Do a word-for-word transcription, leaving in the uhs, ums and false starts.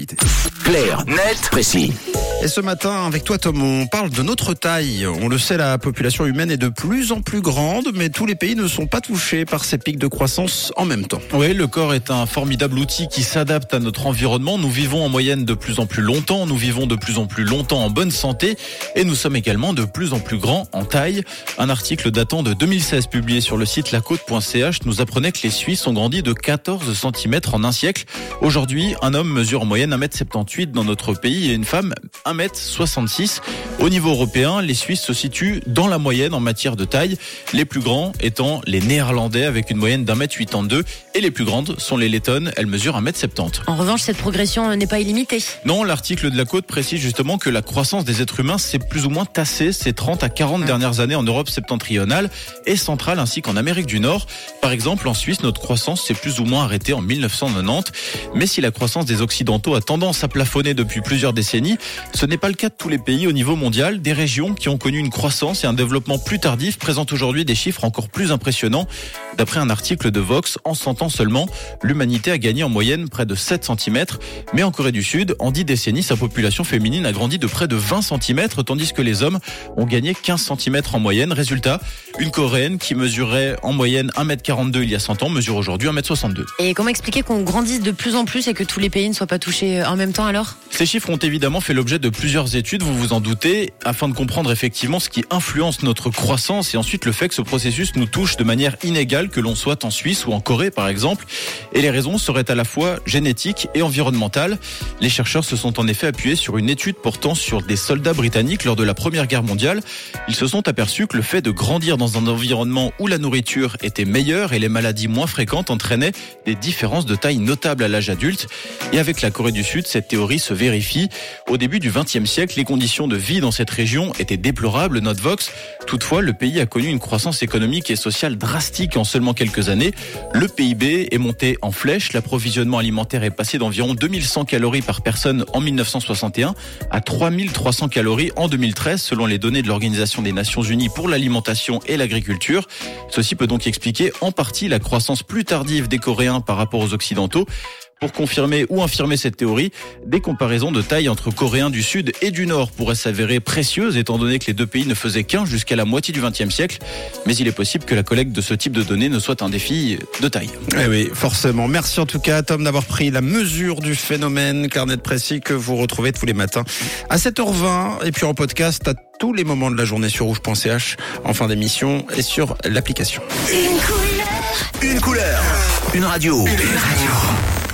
l'actualité. Clair, net, précis. Et ce matin, avec toi Tom, on parle de notre taille. On le sait, la population humaine est de plus en plus grande, mais tous les pays ne sont pas touchés par ces pics de croissance en même temps. Oui, le corps est un formidable outil qui s'adapte à notre environnement. Nous vivons en moyenne de plus en plus longtemps, nous vivons de plus en plus longtemps en bonne santé et nous sommes également de plus en plus grands en taille. Un article datant de deux mille seize publié sur le site la côte point c h nous apprenait que les Suisses ont grandi de quatorze centimètres en un siècle. Aujourd'hui, un homme mesure en moyenne un mètre soixante-dix-huit dans notre pays et une femme un mètre soixante-six. Au niveau européen, les Suisses se situent dans la moyenne en matière de taille, les plus grands étant les Néerlandais avec une moyenne d'un mètre quatre-vingt-douze et les plus grandes sont les Lettonnes, elles mesurent un mètre soixante-dix. En revanche, cette progression n'est pas illimitée. Non, l'article de la Côte précise justement que la croissance des êtres humains s'est plus ou moins tassée ces trente à quarante dernières années en Europe septentrionale et centrale ainsi qu'en Amérique du Nord. Par exemple, en Suisse, notre croissance s'est plus ou moins arrêtée en mille neuf cent quatre-vingt-dix. Mais si la croissance des Occidentaux a tendance à plafonner depuis plusieurs décennies, ce n'est pas le cas de tous les pays au niveau mondial. Des régions qui ont connu une croissance et un développement plus tardif présentent aujourd'hui des chiffres encore plus impressionnants. D'après un article de Vox, en cent ans seulement, l'humanité a gagné en moyenne près de sept centimètres. Mais en Corée du Sud, en dix décennies, sa population féminine a grandi de près de vingt centimètres, tandis que les hommes ont gagné quinze centimètres en moyenne. Résultat, une Coréenne qui mesurait en moyenne un mètre quarante-deux il y a cent ans mesure aujourd'hui un mètre soixante-deux. Et comment expliquer qu'on grandisse de plus en plus et que tous les pays ne soient pas touchés en même temps alors ? Ces chiffres ont évidemment fait l'objet de plusieurs études, vous vous en doutez, afin de comprendre effectivement ce qui influence notre croissance et ensuite le fait que ce processus nous touche de manière inégale, que l'on soit en Suisse ou en Corée par exemple. Et les raisons seraient à la fois génétiques et environnementales. Les chercheurs se sont en effet appuyés sur une étude portant sur des soldats britanniques lors de la Première Guerre mondiale. Ils se sont aperçus que le fait de grandir dans un environnement où la nourriture était meilleure et les maladies moins fréquentes entraînait des différences de taille notables à l'âge adulte. Et avec la Corée du Sud, cette théorie se vérifie. Au début du vingtième siècle, les conditions de vie dans cette région étaient déplorables, note Vox. Toutefois, le pays a connu une croissance économique et sociale drastique en seulement quelques années. Le P I B est monté en flèche. L'approvisionnement alimentaire est passé d'environ deux mille cent calories par personne en mille neuf cent soixante et un à trois mille trois cents calories en deux mille treize, selon les données de l'Organisation des Nations Unies pour l'alimentation et l'agriculture. Ceci peut donc expliquer en partie la croissance plus tardive des Coréens par rapport aux Occidentaux. Pour confirmer ou infirmer cette théorie, des comparaisons de taille entre Coréens du Sud et du Nord pourraient s'avérer précieuses étant donné que les deux pays ne faisaient qu'un jusqu'à la moitié du vingtième siècle. Mais il est possible que la collecte de ce type de données ne soit un défi de taille. Eh oui, forcément. Merci en tout cas Tom d'avoir pris la mesure du phénomène. Carnet précis que vous retrouvez tous les matins à sept heures vingt et puis en podcast à tous les moments de la journée sur rouge point c h en fin d'émission et sur l'application. Une couleur. Une couleur. Une radio. Une radio.